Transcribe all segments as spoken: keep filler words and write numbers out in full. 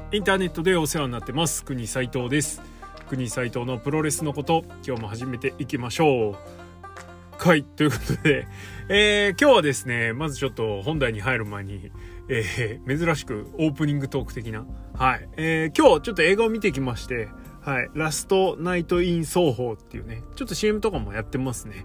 インターネットでお世話になってます国斉藤です。国斉藤のプロレスのこと、今日も始めていきましょう。はい、ということで、えー、今日はですね、まずちょっと本題に入る前に、えー、珍しくオープニングトーク的な、はい、えー、今日ちょっと映画を見てきまして、はい、ラストナイトイン奏法っていうね、ちょっと シーエム とかもやってますね。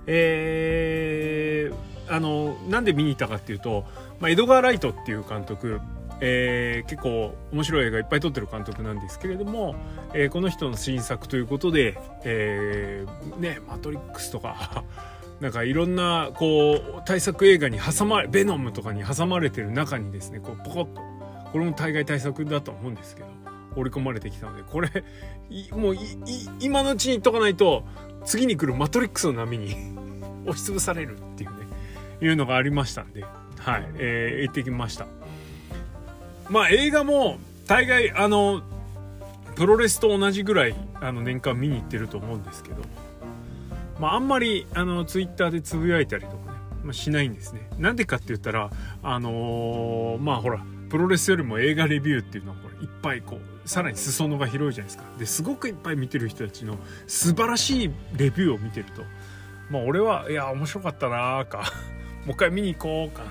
えー、あのなんで見に行ったかっていうと、まあ、エドガー・ライトっていう監督、えー、結構面白い映画いっぱい撮ってる監督なんですけれども、えー、この人の新作ということで、えー、ね、マトリックスとかなんかいろんなこう大作映画に挟まれ、ベノムとかに挟まれてる中にですね、こうポコッと、これも大概大作だと思うんですけど織り込まれてきたので、これもういい今のうちに言っとかないと次に来るマトリックスの波に押しつぶされるっていうね、いうのがありましたんで、はい、えー、行ってきました。まあ映画も大概あのプロレスと同じぐらいあの年間見に行ってると思うんですけど、まああんまりあのツイッターでつぶやいたりとかね、まあ、しないんですね。なんでかって言ったら、あのー、まあほらプロレスよりも映画レビューっていうのはこれいっぱいこうさらに裾野が広いじゃないですか。ですごくいっぱい見てる人たちの素晴らしいレビューを見てると、まあ俺はいや面白かったなーかもう一回見に行こうかな、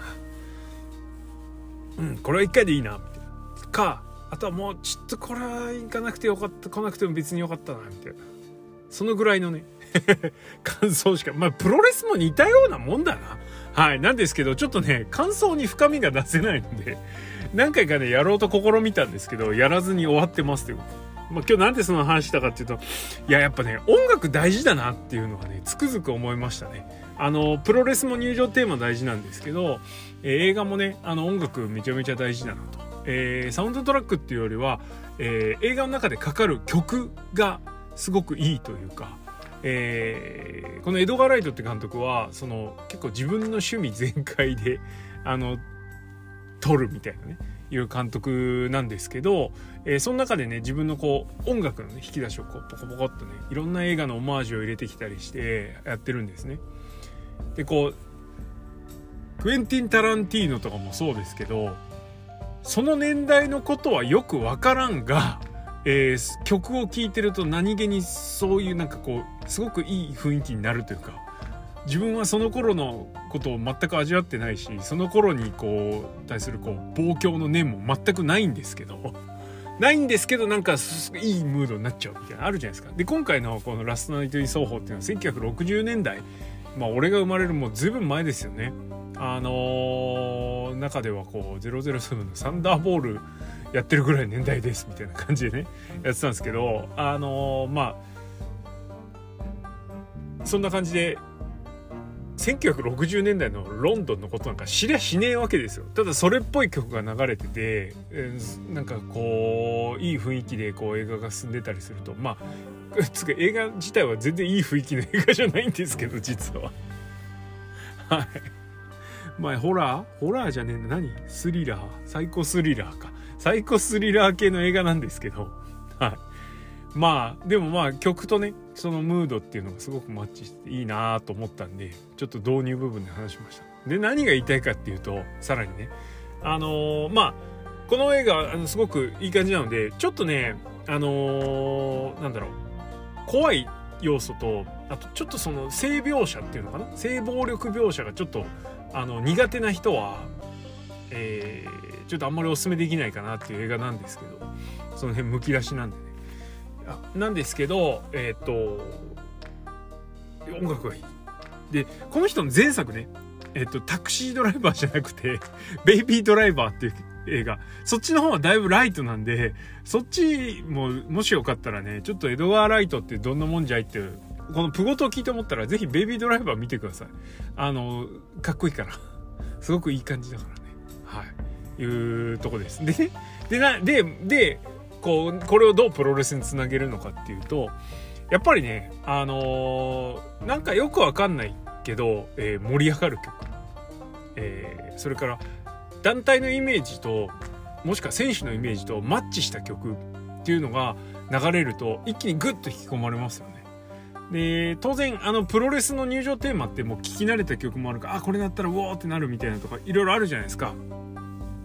うん、これは一回でいいなみたいなか、あとはもうちょっとこれは行かなくてよかった、来なくても別によかったなみたいな、そのぐらいのね感想しか、まあプロレスも似たようなもんだな、はい、なんですけどちょっとね感想に深みが出せないので何回かねやろうと試みたんですけどやらずに終わってますということ。まあ、今日なんでその話したかっていうと、いややっぱね音楽大事だなっていうのがねつくづく思いましたね。あのプロレスも入場テーマ大事なんですけど、えー、映画もねあの音楽めちゃめちゃ大事だなと、えー、サウンドトラックっていうよりは、えー、映画の中でかかる曲がすごくいいというか、えー、このエドガー・ライトって監督はその結構自分の趣味全開であの撮るみたいなねいう監督なんですけど、えー、その中でね自分のこう音楽のね引き出しをこうポコポコっとねいろんな映画のオマージュを入れてきたりしてやってるんですね。でこうクエンティン・タランティーノとかもそうですけど、その年代のことはよくわからんが、えー、曲を聴いてると何気にそういうなんかこうすごくいい雰囲気になるというか、自分はその頃のことを全く味わってないし、その頃にこう対するこう望郷の念も全くないんですけどないんですけどなんかいいムードになっちゃうみたいなのあるじゃないですか。で今回のこのラストナイトイン奏法っていうのはせんきゅうひゃくろくじゅうねんだい、まあ俺が生まれるもうずいぶん前ですよね。あのー、中ではこうゼロゼロセブンのサンダーボールやってるぐらい年代ですみたいな感じでねやってたんですけど、あのー、まあそんな感じでせんきゅうひゃくろくじゅうねんだいのロンドンのことなんか知りゃしねえわけですよ。ただそれっぽい曲が流れてて、えー、なんかこういい雰囲気でこう映画が進んでたりすると、まあつか映画自体は全然いい雰囲気の映画じゃないんですけど実ははい、まあホラーホラーじゃねえの何スリラーサイコスリラーかサイコスリラー系の映画なんですけど、はい、まあでもまあ曲とねそのムードっていうのがすごくマッチしていいなと思ったんで、ちょっと導入部分で話しました。で何が言いたいかっていうと、さらにねあのー、まあこの映画あのすごくいい感じなので、ちょっとねあのー、なんだろう怖い要素と、あとちょっとその性描写っていうのかな、性暴力描写がちょっとあの苦手な人は、えー、ちょっとあんまりおすすめできないかなっていう映画なんですけど、その辺むき出しなんでねなんですけど、えっと音楽がいい。でこの人の前作ね、えっとタクシードライバーじゃなくてベイビードライバーっていう映画、そっちの方はだいぶライトなんで、そっちももしよかったらね、ちょっとエドガー・ライトってどんなもんじゃいってこのプゴトを聞いて思ったらぜひベイビードライバー見てください。あのかっこいいからすごくいい感じだからね、はいいうとこです。でねでなででこうこれをどうプロレスにつなげるのかっていうと、やっぱりねあのー、なんかよくわかんないけど、えー、盛り上がる曲、えー、それから団体のイメージともしくは選手のイメージとマッチした曲っていうのが流れると一気にグッと引き込まれますよね。で当然あのプロレスの入場テーマってもう聞き慣れた曲もあるから、あこれだったらウォーってなるみたいなとかいろいろあるじゃないですか。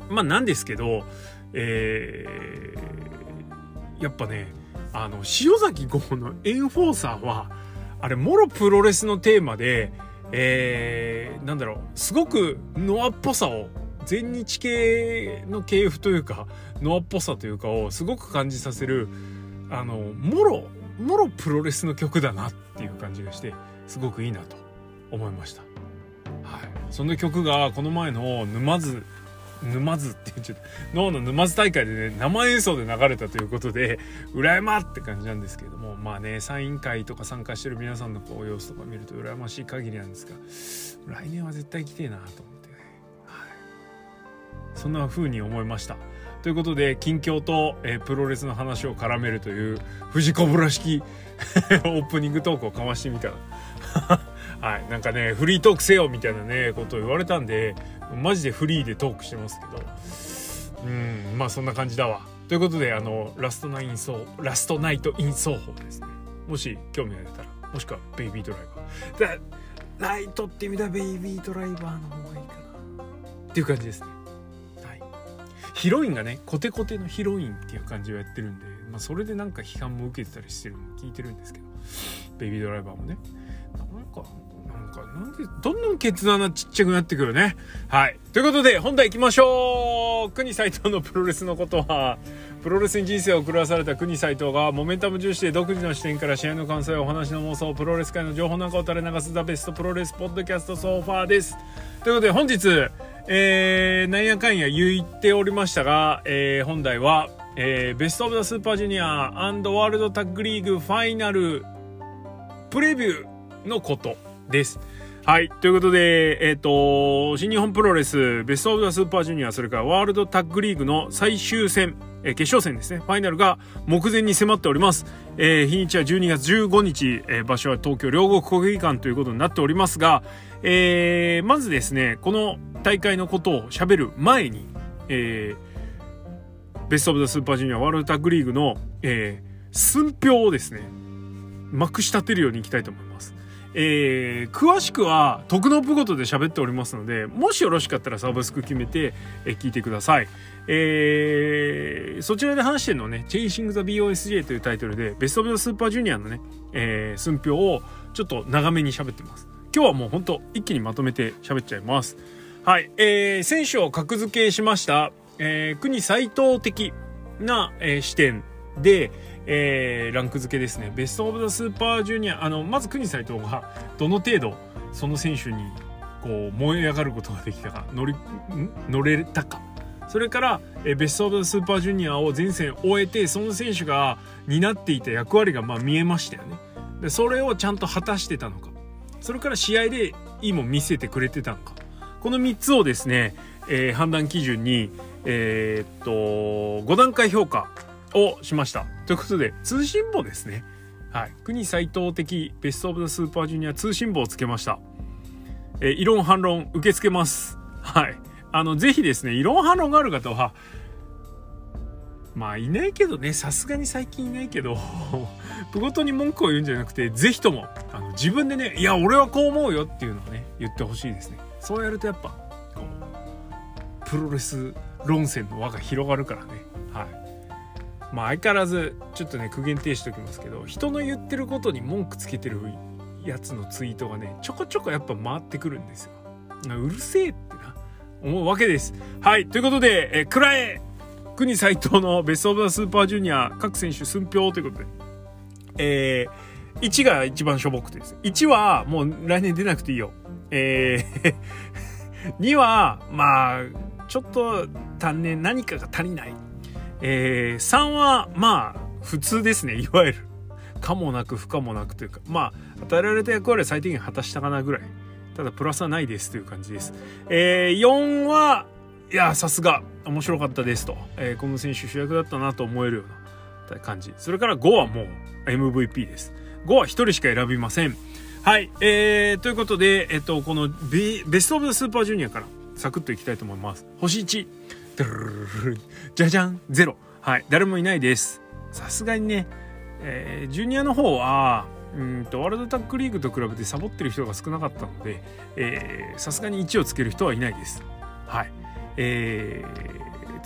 まあなんですけど、えー、やっぱねあの塩崎豪のエンフォーサーはあれもろプロレスのテーマで、えー、なんだろうすごくノアっぽさを全日系の系譜というかノアっぽさというかをすごく感じさせるあのもろもろプロレスの曲だなっていう感じがしてすごくいいなと思いました。はい、その曲がこの前の沼津沼津って言っちゃった脳の沼津大会でね生演奏で流れたということで羨まって感じなんですけれども、まあねサイン会とか参加してる皆さんのこう様子とか見ると羨ましい限りなんですが、来年は絶対来てえなと思ってね、はい、そんな風に思いました。ということで近況と、えー、プロレスの話を絡めるという藤子ブラ式オープニングトークをかましてみたはい、なんかねフリートークせよみたいなねことを言われたんでマジでフリーでトークしてますけど、うんまあそんな感じだわ。ということであのラストナインソーラストナイトイン奏法ですね、もし興味が出たら、もしくはベイビードライバーだライトって意味ではベイビードライバーの方がいいかなっていう感じですね。はい、ヒロインがねコテコテのヒロインっていう感じをやってるんで、まあ、それでなんか批判も受けてたりしてるのを聞いてるんですけど、ベイビードライバーもねなんかなんかなんでどんどんケツの穴ちっちゃくなってくるね。はい、ということで本題行きましょう。国斉藤のプロレスのことは、プロレスに人生を狂わされた国斉藤がモメンタム重視で独自の視点から試合の感想やお話の妄想、プロレス界の情報なんかを垂れ流すザベストプロレスポッドキャストソファーです。ということで本日、えー、なんやかんや言っておりましたが、えー、本題は、えー、ベストオブザスーパージュニア&ワールドタッグリーグファイナルプレビューのことです。はい。ということで、えっと、新日本プロレス、ベストオブザスーパージュニア、それからワールドタッグリーグの最終戦、えー、決勝戦ですね。ファイナルが目前に迫っております。えー、日にちはじゅうにがつじゅうごにち、えー、場所は東京両国国技館ということになっておりますが、えー、まずですね、この大会のことを喋る前に、えー、ベストオブザスーパージュニア、ワールドタッグリーグの、えー、寸評をですね、まくし立てるようにいきたいと思います。えー、詳しくは徳の部ごとで喋っておりますので、もしよろしかったらサブスク決めて、えー、聞いてください。えー、そちらで話してるのはね、チェイシング・ザ・ビーオーエスジェー というタイトルで、ベストオブ・ザ・スーパージュニアのね、えー、寸評をちょっと長めに喋ってます。今日はもうほんと一気にまとめて喋っちゃいます。はい、えー、選手を格付けしました、えー、国斉藤的な、えー、視点で、えー、ランク付けですね。ベストオブザスーパージュニア、あのまず国斉藤がどの程度その選手にこう燃え上がることができたか、乗り乗れたか、それから、えー、ベストオブザスーパージュニアを前線終えて、その選手が担っていた役割がまあ見えましたよね。でそれをちゃんと果たしてたのか、それから試合でいいもん見せてくれてたのか、このみっつをですね、えー、判断基準に、えー、っとごだんかい評価をしました。ということで通信簿ですね。はい、国斉藤的ベストオブザスーパージュニア通信簿をつけました。えー、異論反論受け付けます。はい、あのぜひですね、異論反論がある方はまあいないけどね、さすがに最近いないけど部ごとに文句を言うんじゃなくて、ぜひともあの自分でね、いや俺はこう思うよっていうのをね言ってほしいですね。そうやるとやっぱこうプロレス論戦の輪が広がるからね。はい、まあ相変わらずちょっとね苦言呈しておきますけど、人の言ってることに文句つけてるやつのツイートがねちょこちょこやっぱ回ってくるんですよ。うるせえってな思うわけです。はい、ということで、えー、くらえ国斉藤のベストオブザスーパージュニア各選手寸評ということで、えー、いちが一番しょぼくてです。いちはもう来年出なくていいよ。えー、にはまあちょっと足んね何かが足りない。えー、さんはまあ普通ですね。いわゆる可もなく不可もなくというか、まあ与えられた役割は最低限果たしたかなぐらい、ただプラスはないですという感じです。えー、よんはいやさすが面白かったですと、えー、この選手主役だったなと思えるような感じ。それからごはもう エムブイピー です。ごはひとりしか選びません。はい、えー、ということで、えっとこの ベ, ベストオブザスーパージュニアからサクッといきたいと思います。星いち、じゃじゃんゼロ。はい、誰もいないです。さすがにね、えー、ジュニアの方はうんとワールドタッグリーグと比べてサボってる人が少なかったので、さすがにいちをつける人はいないです。はい、え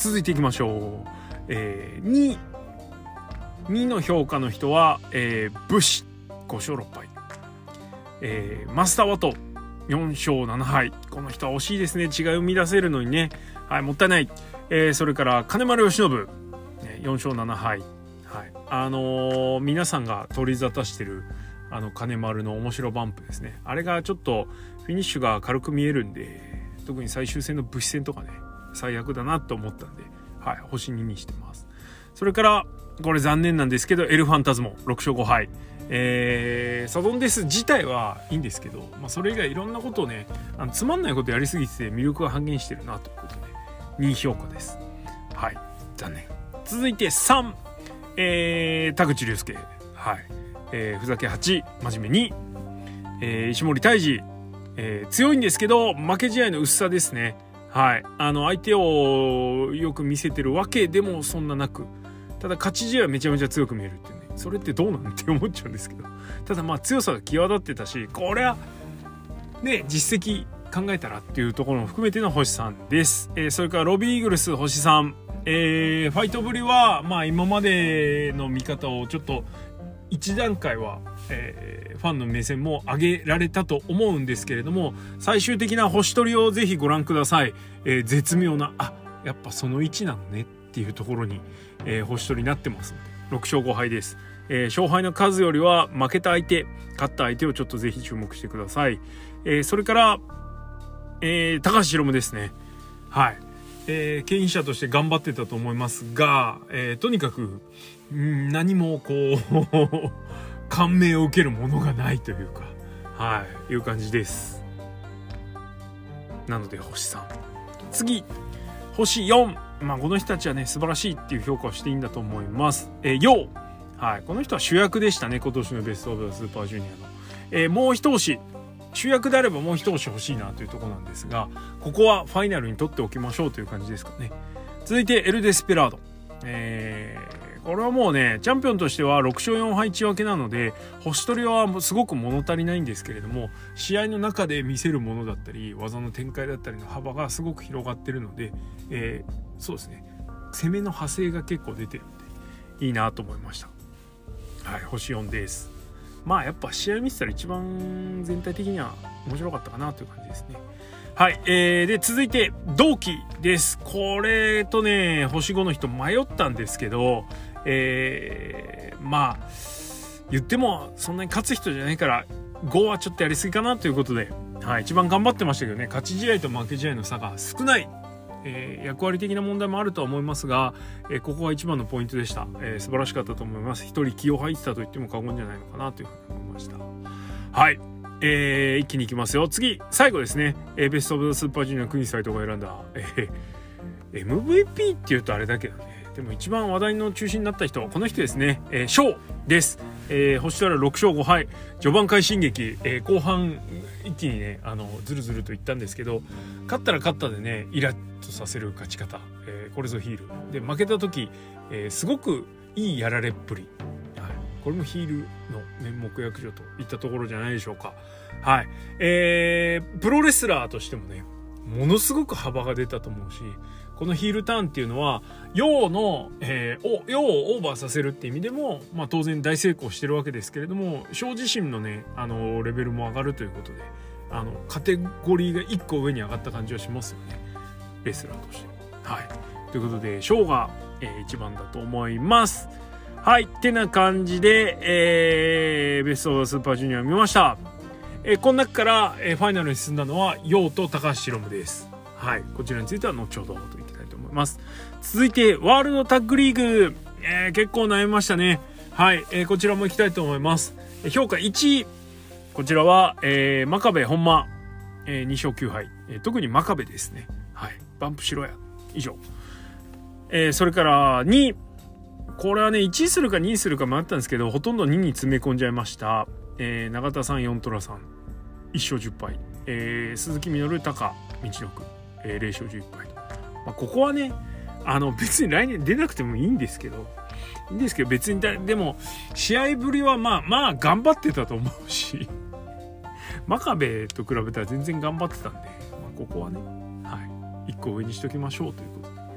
続いていきましょう。えー、ににの評価の人は、えー、武士ご勝ろっぱい、えー、マスターワトよん勝なな敗。この人は惜しいですね。違い生み出せるのにね、はい、もったいない。えー、それから金丸義信、ね、よん勝なな敗、はい、あのー、皆さんが取り沙汰してるあの金丸の面白バンプですね。あれがちょっとフィニッシュが軽く見えるんで、特に最終戦の武士戦とかね最悪だなと思ったんで、はい、星ににしてます。それからこれ残念なんですけどエルファンタズモろく勝ご敗、えー、サドンデス自体はいいんですけど、まあ、それ以外いろんなことをねあのつまんないことやりすぎて魅力が半減してるなということでに評価です。はい、残念。続いてさん、えー、田口竜介、はい、えー、ふざけはち真面目に、えー、石森泰治、えー、強いんですけど負け試合の薄さですね。はい、あの相手をよく見せてるわけでもそんななく、ただ勝ち試合はめちゃめちゃ強く見えるってね、それってどうなんて思っちゃうんですけど、ただまあ強さが際立ってたし、これはね実績考えたらっていうところも含めての星さんです。えー、それからロビーイーグルス星さん、えー、ファイトぶりはまあ今までの見方をちょっと一段階は、えー、ファンの目線も上げられたと思うんですけれども、最終的な星取りをぜひご覧ください。えー、絶妙な、あ、やっぱそのいちなのねっていうところに、えー、星取りになってますのでろく勝ご敗です。えー、勝敗の数よりは負けた相手勝った相手をちょっとぜひ注目してください。えー、それから、えー、高橋宏夢ですね。はい、えー、牽引者として頑張ってたと思いますが、えー、とにかくん何もこう感銘を受けるものがないというか、はい、いう感じです。なので星さん。次星よん、まあこの人たちはね素晴らしいっていう評価をしていいんだと思います。えー、ヨウ、はい、この人は主役でしたね、今年のベストオブスーパージュニアの。えー、もう一押し、主役であればもう一押し欲しいなというところなんですが、ここはファイナルに取っておきましょうという感じですかね。続いてエル・デスペラード、えー、これはもうねチャンピオンとしてはろく勝よん敗いち分けなので星取りはすごく物足りないんですけれども、試合の中で見せるものだったり技の展開だったりの幅がすごく広がってるので、えー、そうですね、攻めの派生が結構出てるのでいいなと思いました。はい、星よんです。まあやっぱ試合見てたら一番全体的には面白かったかなという感じですね。はい、えー、で続いて同期です。これとね星ごの人迷ったんですけど、えー、まあ言ってもそんなに勝つ人じゃないからごはちょっとやりすぎかなということで、はい、一番頑張ってましたけどね、勝ち試合と負け試合の差が少ない、えー、役割的な問題もあるとは思いますが、えー、ここが一番のポイントでした。えー、素晴らしかったと思います。一人気を入ってたと言っても過言じゃないのかなというふうに思いました。はい、えー、一気にいきますよ。次最後ですね、えー、ベストオブザスーパージュニア国斎藤が選んだ、えー、エムブイピー っていうとあれだけどね、でも一番話題の中心になった人この人ですね、えー、翔です。えー、星取りはろく勝ご敗、序盤快進撃、えー、後半一気にねあのズルズルといったんですけど、勝ったら勝ったでねイラッとさせる勝ち方、えー、これぞヒールで、負けた時、えー、すごくいいやられっぷり、はい、これもヒールの面目役所といったところじゃないでしょうか。はい、えー、プロレスラーとしてもねものすごく幅が出たと思うし、このヒールターンっていうのはヨウの、えー、ヨウをオーバーさせるっていう意味でも、まあ、当然大成功してるわけですけれども、ショウ自身のねあのレベルも上がるということで、あのカテゴリーがいっこ上に上がった感じはしますよね、レスラーとして。はい、ということでショウが、えー、一番だと思います。はい、ってな感じで、えー、ベストオブスーパージュニア見ました。えー、この中から、えー、ファイナルに進んだのはヨウと高橋宏夢です。はい、こちらについては後ほどといきたいと思います。続いてワールドタッグリーグ、えー、結構悩みましたね。はい、えー、こちらもいきたいと思います。えー、評価いちい、こちらは、えー、真壁本間、えー、に勝きゅう敗、えー、特に真壁ですね。はい、バンプしろや以上。えー、それからにい、これはねいちいするかにいするか迷ったんですけど、ほとんどにに詰め込んじゃいました。えー、永田さんよん虎さんいっ勝じゅっ敗、えー、鈴木みのる高道のく、えー、ぜろ勝じゅういっ敗と、まあ、ここはねあの別に来年出なくてもいいんですけどいいんですけど別にだでも試合ぶりはまあまあ頑張ってたと思うし真壁と比べたら全然頑張ってたんで、まあ、ここはね、はい、いっこ上にしときましょうということで、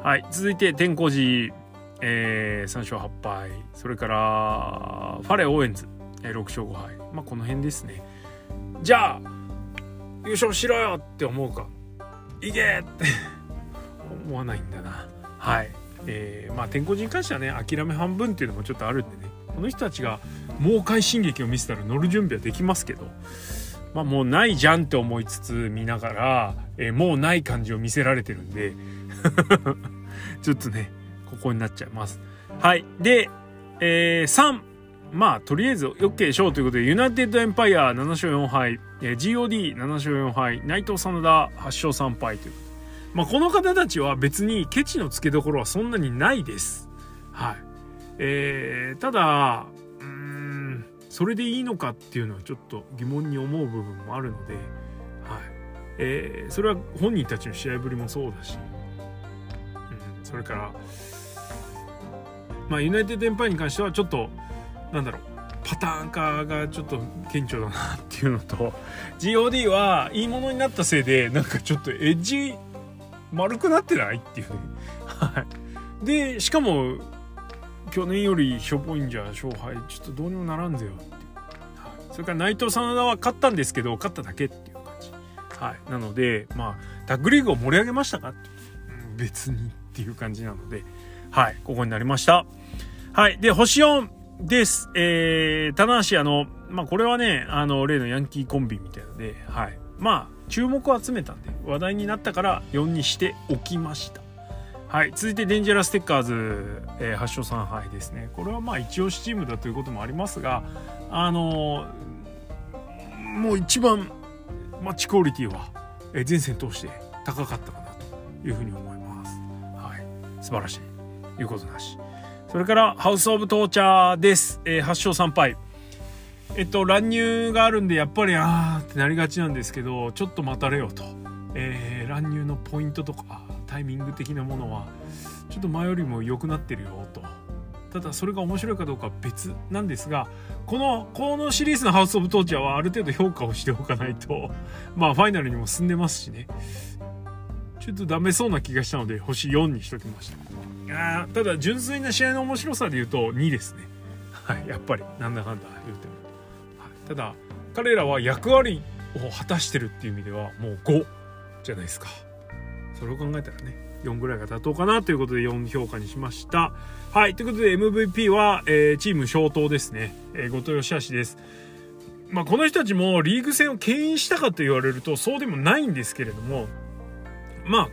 はい、続いて天候寺、えー、さん勝はち敗、それからファレオーエンズ、えー、ろく勝ご敗、まあこの辺ですね。じゃあ優勝しろよって思うか、いけって思わないんだな。はい、えー、まあ天候寺に関してはね、諦め半分っていうのもちょっとあるんでね、この人たちが猛快進撃を見せたら乗る準備はできますけど、まあもうないじゃんって思いつつ見ながら、えー、もうない感じを見せられてるんでちょっとねここになっちゃいます。はい、で、えー、さん、まあとりあえず OK でしょうということで、ユナイテッドエンパイアなな勝よん敗、えー、ジーオーディーなな勝よん敗、内藤真田はち勝さん敗ということで、まあこの方たちは別にケチのつけどころはそんなにないです。はい、えー、ただうーんそれでいいのかっていうのはちょっと疑問に思う部分もあるので、はい、えー、それは本人たちの試合ぶりもそうだし、うん、それからまあユナイテッドエンパイアに関してはちょっとなんだろう、パターン化がちょっと顕著だなっていうのと、 ジーオーディー はいいものになったせいでなんかちょっとエッジ丸くなってないっていうねはいでしかも去年よりしょぼいんじゃ勝敗ちょっとどうにもならんぜよっていう、はい、それから内藤真田は勝ったんですけど勝っただけっていう感じ、はい、なのでまあタッグリーグを盛り上げましたかって、うん、別にっていう感じなので、はい、ここになりました。はい、で星よんです。えー、棚橋あのまあこれはね、あの例のヤンキーコンビみたいなので、はい、まあ注目を集めたんで話題になったからよんにしておきました。はい、続いてデンジャラステッカーズ、えー、はち勝さん敗ですね。これはまあ一押しチームだということもありますが、あのー、もう一番マッチクオリティは、えー、前線通して高かったかなというふうに思います。はい、素晴らしい、言うことなし。それからハウスオブトーチャーです。えー、はち勝さん敗。えっと乱入があるんでやっぱりあーってなりがちなんですけど、ちょっと待たれよと、えー、乱入のポイントとかタイミング的なものはちょっと前よりも良くなってるよと。ただそれが面白いかどうかは別なんですが、このこのシリーズのハウスオブトーチャーはある程度評価をしておかないとまあファイナルにも進んでますしね、ちょっとダメそうな気がしたので星よんにしときました。あただ純粋な試合の面白さで言うとにですね。はい、やっぱりなんだかんだ言うても、はい、ただ彼らは役割を果たしてるっていう意味ではもうごじゃないですか。それを考えたらねよんぐらいが妥当かなということでよん評価にしました。はい、ということで エムブイピー は、えー、チーム消灯ですね、えー、後藤義橋です。まあこの人たちもリーグ戦を牽引したかと言われるとそうでもないんですけれども、まあ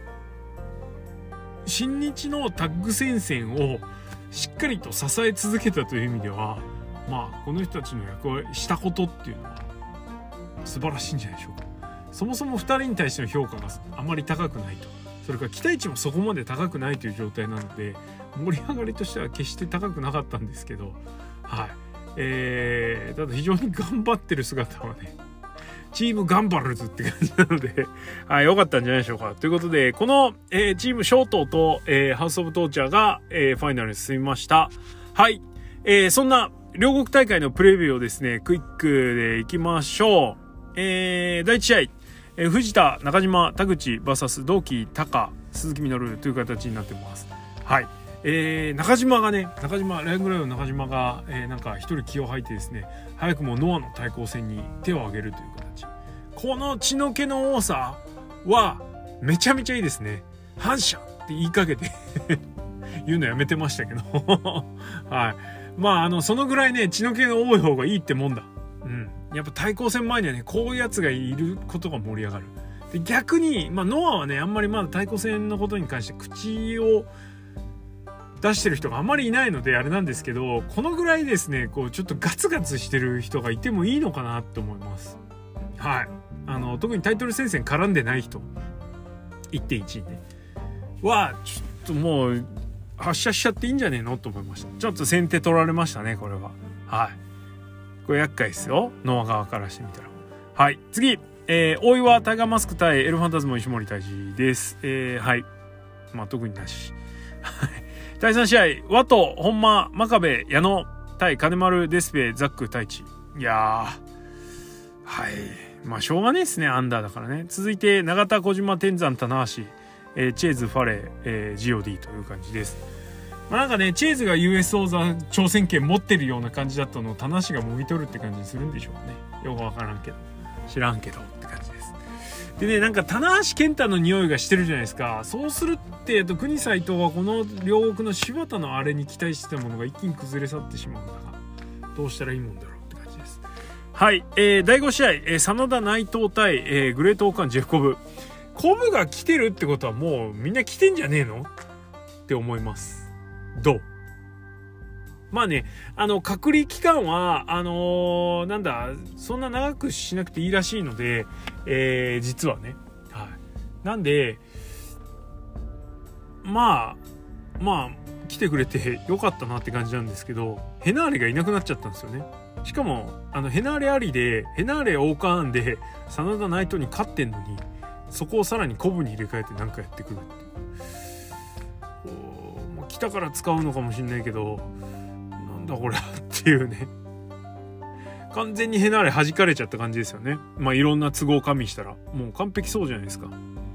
新日のタッグ戦線をしっかりと支え続けたという意味では、まあこの人たちの役割したことっていうのは素晴らしいんじゃないでしょうか。そもそもふたりに対しての評価があまり高くないと、それから期待値もそこまで高くないという状態なので盛り上がりとしては決して高くなかったんですけど、はい、えー、ただ非常に頑張ってる姿はねチーム頑張るずって感じなので、はい、良かったんじゃないでしょうか。ということでこの、えー、チームショートと、えー、ハウスオブトーチャーが、えー、ファイナルに進みました。はい、えー、そんな両国大会のプレビューをですねクイックでいきましょう。えー、だいいち試合、えー、藤田、中島、田口 ブイエス 同期、高、鈴木みのるという形になってます。はい、えー、中島がね中島レングレイの中島が、えー、なんか一人気を吐いてですね早くもノアの対抗戦に手を挙げるという形。この血の気の多さはめちゃめちゃいいですね。反射って言いかけて言うのやめてましたけどはい、まああのそのぐらいね血の気の多い方がいいってもんだ。うん、やっぱ対抗戦前にはねこういうやつがいることが盛り上がる。で逆に、まあ、ノアはねあんまりまだ対抗戦のことに関して口を出してる人があまりいないのであれなんですけど、このぐらいですねこうちょっとガツガツしてる人がいてもいいのかなと思います。はい、あの特にタイトル戦線絡んでない人 いってんいち ねはちょっともう発射しちゃっていいんじゃねえのと思いました。ちょっと先手取られましたねこれは。はい、これ厄介ですよノア側からしてみたら。はい、次、えー、大岩タイガーマスク対エルファンタズム石森大治です。えー、はい、まあ特になしだいさん試合ワト本間真壁矢野対金丸デスペザック太一。いやーはいまあしょうがねえですねアンダーだからね。続いて永田小島天山棚橋、 えー、チェーズ、ファレー、えー、ジーオーディー という感じです。まあ、なんかねチェーズが ユーエス 王座挑戦権持ってるような感じだったのを棚橋がもぎ取るって感じにするんでしょうね。よくわからんけど知らんけどって感じです。でね、なんか棚橋健太の匂いがしてるじゃないですか。そうするって、えっと、国斎藤はこの両国の柴田のあれに期待してたものが一気に崩れ去ってしまうんだが、どうしたらいいもんだろうって感じです。はい、えー、だいご試合、えー、真田内藤対、えー、グレートオーカンジェフコブ。コブが来てるってことはもうみんな来てんじゃねえのって思います。どう？まあね、あの隔離期間はあのー、なんだそんな長くしなくていいらしいので、えー、実はね、はい、なんでまあまあ来てくれてよかったなって感じなんですけど、ヘナーレがいなくなっちゃったんですよね。しかもあのヘナーレありでヘナーレオーカーンで真田ナイトに勝ってんのに、そこをさらにコブに入れ替えて何かやってくるっていう。来たから使うのかもしれないけど、なんだこれっていうね、完全にヘナーレ弾かれちゃった感じですよね。まあいろんな都合加味したらもう完璧そうじゃないですか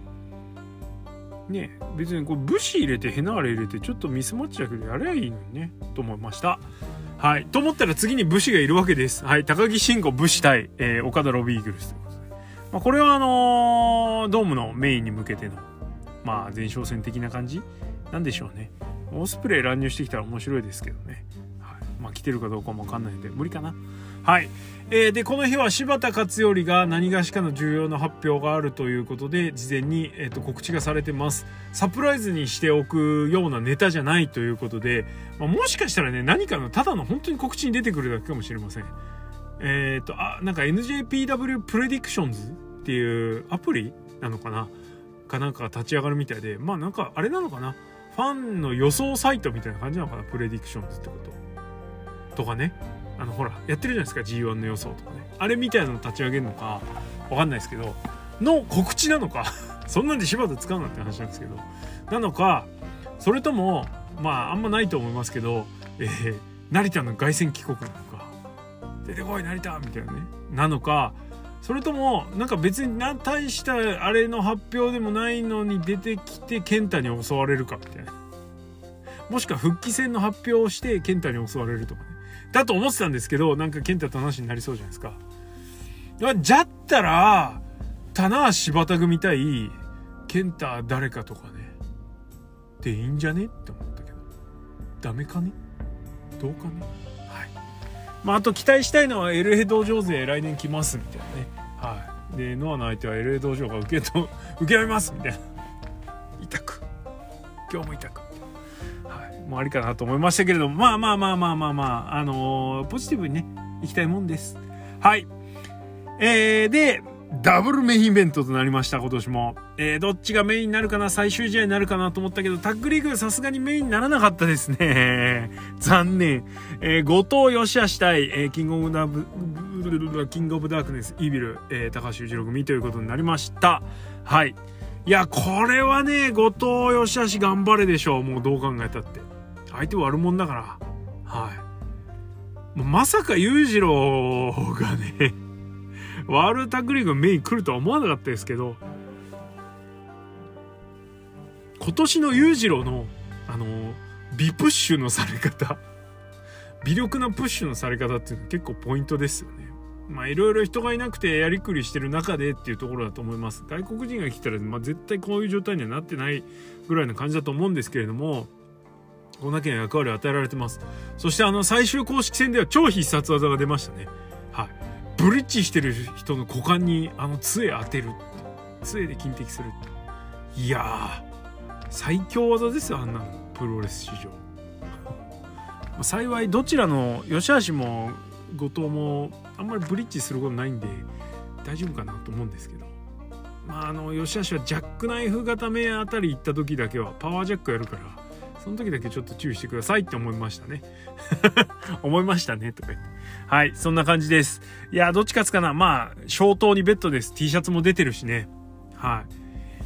ね。別にこう武士入れてヘナーレ入れてちょっとミスマッチだけどやればいいのにねと思いました。はいと思ったら次に武士がいるわけです。はい、高木慎吾武士対、えー、岡田ロビーイーグルスということで、まあ、これはあのー、ドームのメインに向けてのまあ前哨戦的な感じなんでしょうね。オスプレイ乱入してきたら面白いですけどね、はい、まあ来てるかどうかも分かんないので無理かな。はい、えー、でこの日は柴田勝頼が何がしかの重要な発表があるということで事前に、えー、と告知がされてます。サプライズにしておくようなネタじゃないということで、まあ、もしかしたらね何かのただの本当に告知に出てくるだけかもしれません。えっ、ー、とあなんか エヌジェーピーダブリュー プレディクションズっていうアプリなのかなかなんかが立ち上がるみたいで、まあなんかあれなのかな、ファンの予想サイトみたいな感じなのかな、プレディクションズってこととかね、あのほらやってるじゃないですか ジーワン の予想とかね、あれみたいなの立ち上げるのかわかんないですけどの告知なのかそんなんで柴田使うなって話なんですけど、なのかそれともまああんまないと思いますけど、えー、成田の凱旋帰国なのか、出てこい成田みたいなねなのか、それともなんか別に大したあれの発表でもないのに出てきて健太に襲われるかみたいな、もしくは復帰戦の発表をして健太に襲われるとかねだと思ってたんですけど、なんか健太と話になりそうじゃないですか。じゃったら棚橋柴田組対健太誰かとかねでいいんじゃねって思ったけどダメかね、どうかね。はい、まあ、あと期待したいのは エルエー 道場勢来年来ますみたいなね。はい。でノアの相手は エルエー 道場が受けと受け止めますみたいな。痛く今日も痛く、はい、もうありかなと思いましたけれども、まあまあまあまあまあまああのー、ポジティブにねいきたいもんです。はい。えー、でダブルメインイベントとなりました今年も、えー、どっちがメインになるかな、最終試合になるかなと思ったけどタッグリーグさすがにメインにならなかったですね残念。えー、後藤義橋対、えー、キングオブダブキングオブダークネスイービル、えー、高橋裕次郎組ということになりました。はい、いやこれはね後藤義橋頑張れでしょう。もうどう考えたって相手悪者だから。はい、もうまさか裕次郎がねワールドタッグリーグメイン来るとは思わなかったですけど、今年の裕次郎のあの微プッシュのされ方微力なプッシュのされ方っていうのは結構ポイントですよね。まあいろいろ人がいなくてやりくりしてる中でっていうところだと思います。外国人が来たら、まあ、絶対こういう状態にはなってないぐらいの感じだと思うんですけれども、こんだけの役割を与えられてます。そしてあの最終公式戦では超必殺技が出ましたね。はい、ブリッジしてる人の股間にあの杖当てる、杖で金敵する。いやー最強技ですよあんなのプロレス史上幸いどちらの吉橋も後藤もあんまりブリッジすることないんで大丈夫かなと思うんですけど、まああの吉橋はジャックナイフ固めあたり行った時だけはパワージャックやるからその時だけちょっと注意してくださいって思いましたね思いましたねとか言って、はいそんな感じです。いやどっち勝つかな。まあ消灯にベッドです。 T シャツも出てるしね。はい、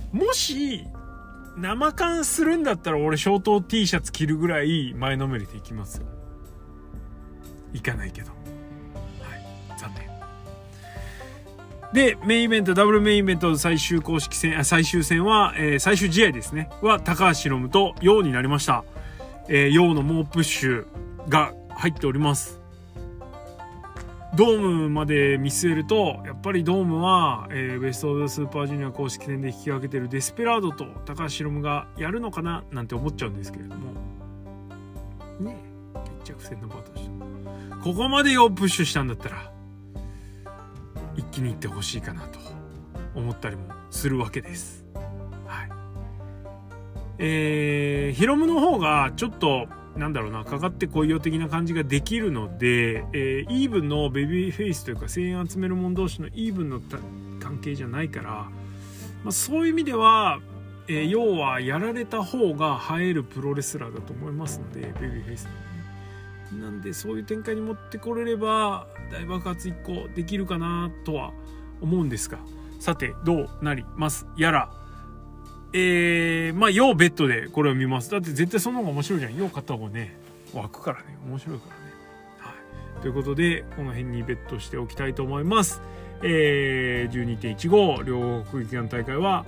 もし生缶するんだったら俺消灯 T シャツ着るぐらい前のめりでいきますよ。いかないけど、はい残念。 で、メインイベント、ダブルメインイベント最終公式戦、あ最終戦は、えー、最終試合ですね。は、高橋宏夢とヨウになりました。えー、ヨウの猛プッシュが入っております。ドームまで見据えると、やっぱりドームは、えー、ベストオブスーパージュニア公式戦で引き分けてるデスペラードと高橋宏夢がやるのかななんて思っちゃうんですけれども。ねえ、決着戦の場として。ここまでヨウプッシュしたんだったら、一気にいってほしいかなと思ったりもするわけです。はい。えー、ヒロムの方がちょっとなんだろうな、かかってこいよ的な感じができるので、えー、イーブンのベビーフェイスというか声援集める者同士のイーブンの関係じゃないから、まあ、そういう意味では、えー、要はやられた方が映えるプロレスラーだと思いますので、ベビーフェイスのなんでそういう展開に持ってこれれば大爆発いっこできるかなとは思うんですが、さてどうなりますやら。えー、まあ要ベッドでこれを見ます。だって絶対その方が面白いじゃん。要買った方がね湧くからね、面白いからね。はい、ということでこの辺にベットしておきたいと思います。えー、じゅうにてんいちご 両国劇団大会は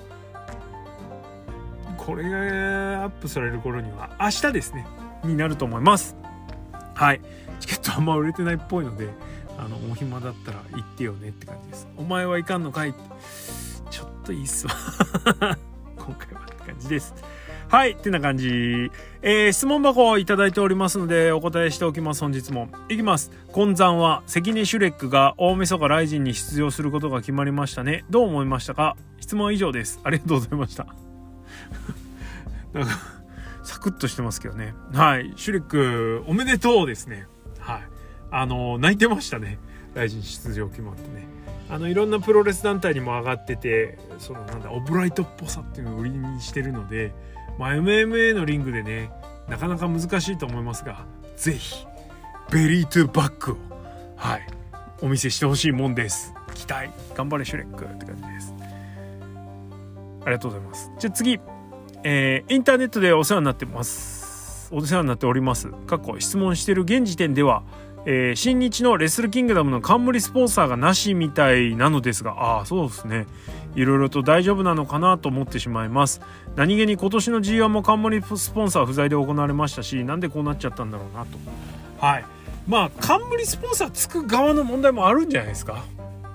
これがアップされる頃には明日ですねになると思います。はい、チケットあんま売れてないっぽいので、あのお暇だったら行ってよねって感じです。お前はいかんのかいって、ちょっといいっすわ今回はって感じです。はい、ってな感じ。えー、質問箱をいただいておりますのでお答えしておきます。本日もいきます。今山は関根シュレックが大晦日ライジンに出場することが決まりましたね。どう思いましたか？質問は以上です。ありがとうございましたなんかサクッとしてますけどね。はい、シュレックおめでとうですね。はい、あの泣いてましたね。ライジン出場決まってね。あのいろんなプロレス団体にも上がってて、そのなんだオブライトっぽさっていうのを売りにしてるので、まあ、エムエムエー のリングでねなかなか難しいと思いますが、ぜひベリートゥバックをはいお見せしてほしいもんです。期待頑張れシュレックって感じです。ありがとうございます。じゃあ次、えー、インターネットでお世話になってますお世話になっております過去質問してる現時点では、えー、新日のレスルキングダムの冠スポンサーがなしみたいなのですが、ああそうですね、いろいろと大丈夫なのかなと思ってしまいます。何気に今年の ジーワン も冠スポンサー不在で行われましたし、なんでこうなっちゃったんだろうなと。はい、まあ冠スポンサーつく側の問題もあるんじゃないですか。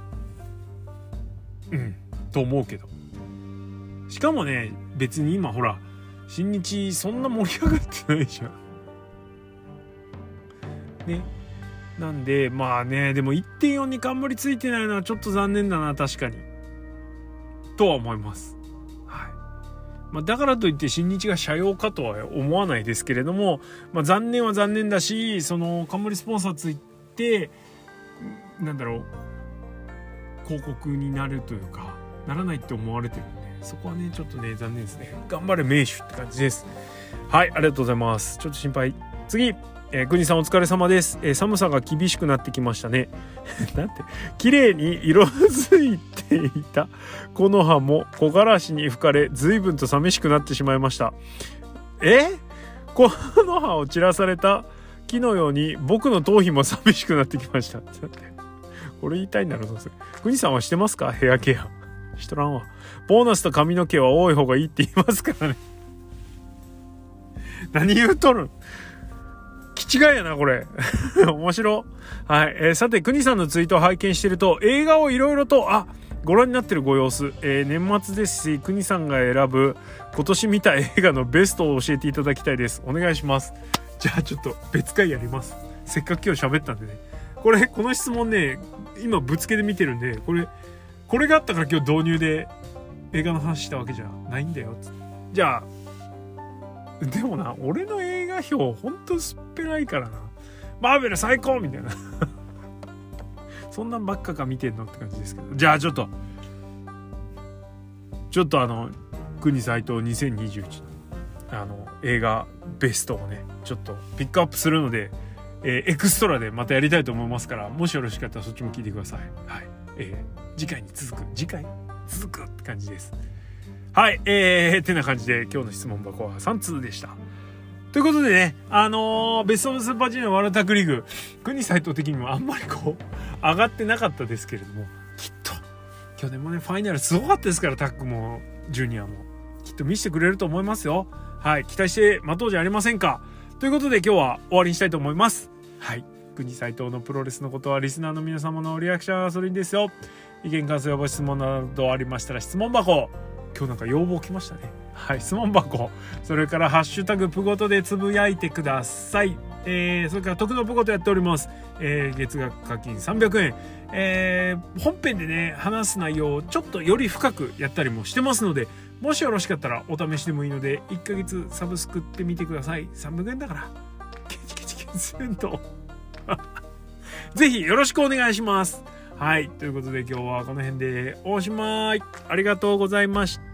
うんと思うけど、しかもね別に今ほら新日そんな盛り上がってないじゃんね。なんでまあね、でも いってんよん に冠ついてないのはちょっと残念だな、確かにとは思います。はい、まあ、だからといって新日が社用かとは思わないですけれども、まあ、残念は残念だし、その冠スポンサーついてなんだろう広告になるというかならないって思われてるんで、そこはねちょっとね残念ですね。頑張れ名手って感じです。はい、ありがとうございます。ちょっと心配。次、えー、国さんお疲れ様です。えー、寒さが厳しくなってきましたねなんて綺麗に色づいていた木の葉も木枯らしに吹かれ随分と寂しくなってしまいました。え木の葉を散らされた木のように僕の頭皮も寂しくなってきましたこれ言いたいんだろう。どうする。国さんはしてますか？ヘアケアしとらんわ。ボーナスと髪の毛は多い方がいいって言いますからね何言うとるん、気違いやなこれ面白。はい、えー、さて国さんのツイートを拝見してると映画をいろいろとあご覧になってるご様子、えー、年末ですし国さんが選ぶ今年見た映画のベストを教えていただきたいです。お願いします。じゃあちょっと別回やります。せっかく今日喋ったんでね。これこの質問ね今ぶつけで見てるんで、これこれがあったから今日導入で映画の話したわけじゃないんだよ。じゃあでもな、俺の映画表ほんとすっぺらいからな。マーベル最高みたいなそんなんばっかか見てんのって感じですけど、じゃあちょっとちょっとあの国斎藤にせんにじゅういちのあの映画ベストをねちょっとピックアップするので、えー、エクストラでまたやりたいと思いますから、もしよろしかったらそっちも聞いてください。はい、えー、次回に続く次回続くって感じです。はい、えー、ってな感じで今日の質問箱はさん通でした。ということでね、あのー、ベストオブスーパージュニアワールドタッグリーグ国斎藤的にもあんまりこう上がってなかったですけれども、きっと去年もねファイナルすごかったですから、タッグもジュニアもきっと見せてくれると思いますよ。はい、期待して待とうじゃありませんか。ということで今日は終わりにしたいと思います。はい、国斉藤のプロレスのことはリスナーの皆様のリアクションはそれにですよ。意見感想やご質問などありましたら質問箱、今日なんか要望来ましたね。はい、質問箱、それからハッシュタグプゴトでつぶやいてください。えー、それから徳のプゴトやっております。えー、月額課金さんびゃくえん、えー、本編でね話す内容をちょっとより深くやったりもしてますので、もしよろしかったらお試しでもいいのでいっかげつサブスクってみてください。さんびゃくえんだからケチケチケチするとぜひよろしくお願いします。はい、ということで今日はこの辺でおしまい。ありがとうございました。